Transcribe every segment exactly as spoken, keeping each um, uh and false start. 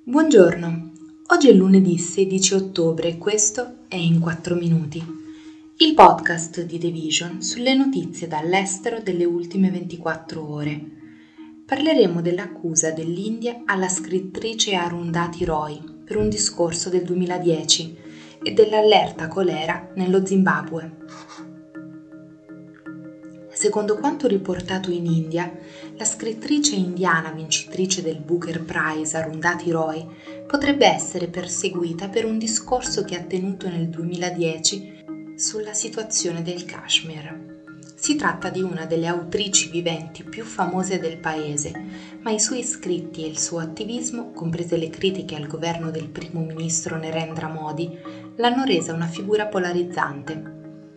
Buongiorno, oggi è lunedì sedici ottobre e questo è In quattro minuti, il podcast di The Vision sulle notizie dall'estero delle ultime ventiquattro ore. Parleremo dell'accusa dell'India alla scrittrice Arundhati Roy per un discorso del duemiladieci e dell'allerta colera nello Zimbabwe. Secondo quanto riportato in India, la scrittrice indiana vincitrice del Booker Prize Arundhati Roy potrebbe essere perseguita per un discorso che ha tenuto nel duemiladieci sulla situazione del Kashmir. Si tratta di una delle autrici viventi più famose del paese, ma i suoi scritti e il suo attivismo, comprese le critiche al governo del primo ministro Narendra Modi, l'hanno resa una figura polarizzante.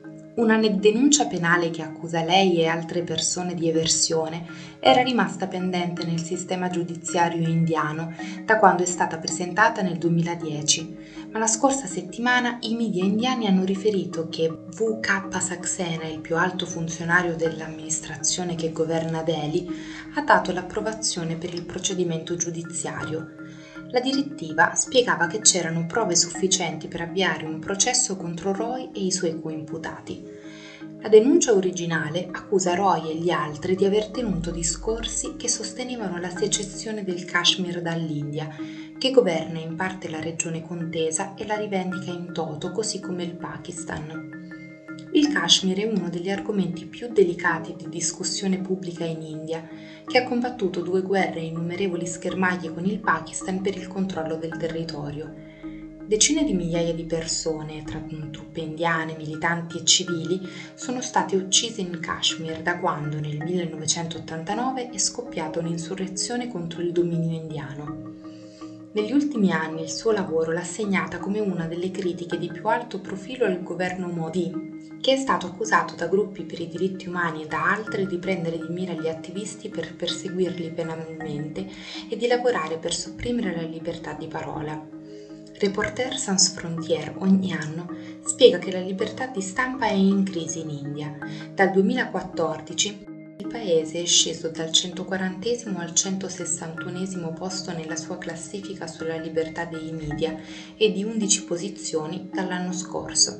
Una denuncia penale che accusa lei e altre persone di eversione era rimasta pendente nel sistema giudiziario indiano da quando è stata presentata nel duemiladieci, ma la scorsa settimana i media indiani hanno riferito che V K Saxena, il più alto funzionario dell'amministrazione che governa Delhi, ha dato l'approvazione per il procedimento giudiziario. La direttiva spiegava che c'erano prove sufficienti per avviare un processo contro Roy e i suoi coimputati. La denuncia originale accusa Roy e gli altri di aver tenuto discorsi che sostenevano la secessione del Kashmir dall'India, che governa in parte la regione contesa e la rivendica in toto, così come il Pakistan. Il Kashmir è uno degli argomenti più delicati di discussione pubblica in India, che ha combattuto due guerre e innumerevoli schermaglie con il Pakistan per il controllo del territorio. Decine di migliaia di persone, tra truppe indiane, militanti e civili, sono state uccise in Kashmir da quando nel millenovecentottantanove è scoppiata un'insurrezione contro il dominio indiano. Negli ultimi anni il suo lavoro l'ha segnata come una delle critiche di più alto profilo al governo Modi, che è stato accusato da gruppi per i diritti umani e da altri di prendere di mira gli attivisti per perseguirli penalmente e di lavorare per sopprimere la libertà di parola. Reporters Sans Frontières ogni anno spiega che la libertà di stampa è in crisi in India. Dal duemilaquattordici il paese è sceso dal centoquarantesimo al centosessantunesimo posto nella sua classifica sulla libertà dei media e di undici posizioni dall'anno scorso.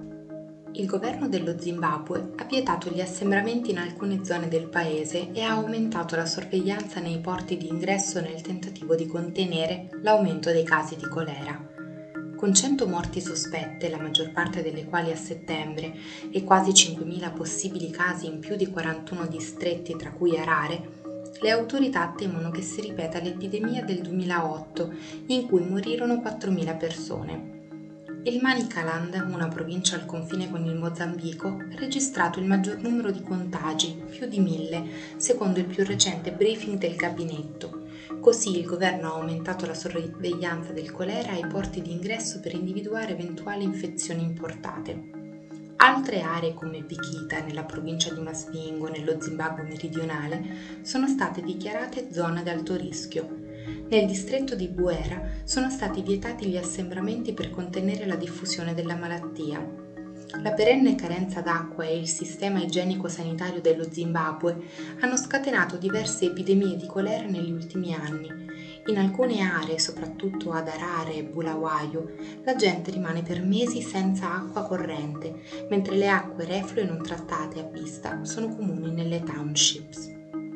Il governo dello Zimbabwe ha vietato gli assembramenti in alcune zone del paese e ha aumentato la sorveglianza nei porti di ingresso nel tentativo di contenere l'aumento dei casi di colera. Con cento morti sospette, la maggior parte delle quali a settembre, e quasi cinquemila possibili casi in più di quarantuno distretti, tra cui Harare, le autorità temono che si ripeta l'epidemia del duemilaotto, in cui morirono quattromila persone. Il Manicaland, una provincia al confine con il Mozambico, ha registrato il maggior numero di contagi, più di mille, secondo il più recente briefing del gabinetto. Così il governo ha aumentato la sorveglianza del colera ai porti di ingresso per individuare eventuali infezioni importate. Altre aree come Bikita, nella provincia di Masvingo, nello Zimbabwe meridionale, sono state dichiarate zone ad alto rischio. Nel distretto di Buera sono stati vietati gli assembramenti per contenere la diffusione della malattia. La perenne carenza d'acqua e il sistema igienico-sanitario dello Zimbabwe hanno scatenato diverse epidemie di colera negli ultimi anni. In alcune aree, soprattutto ad Harare e Bulawayo, la gente rimane per mesi senza acqua corrente, mentre le acque reflue non trattate a vista sono comuni nelle townships.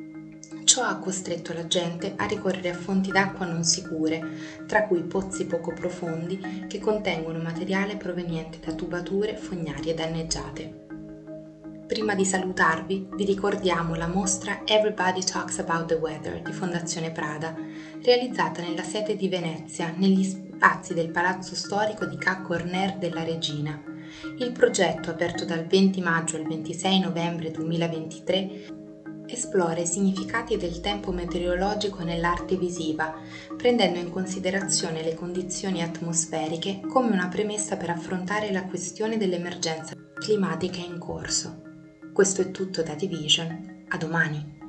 Ciò ha costretto la gente a ricorrere a fonti d'acqua non sicure, tra cui pozzi poco profondi che contengono materiale proveniente da tubature fognarie danneggiate. Prima di salutarvi, vi ricordiamo la mostra Everybody Talks About the Weather di Fondazione Prada, realizzata nella sede di Venezia, negli spazi del Palazzo Storico di Ca' Corner della Regina. Il progetto, aperto dal venti maggio al ventisei novembre duemilaventitré, esplora i significati del tempo meteorologico nell'arte visiva, prendendo in considerazione le condizioni atmosferiche come una premessa per affrontare la questione dell'emergenza climatica in corso. Questo è tutto da The Vision. A domani!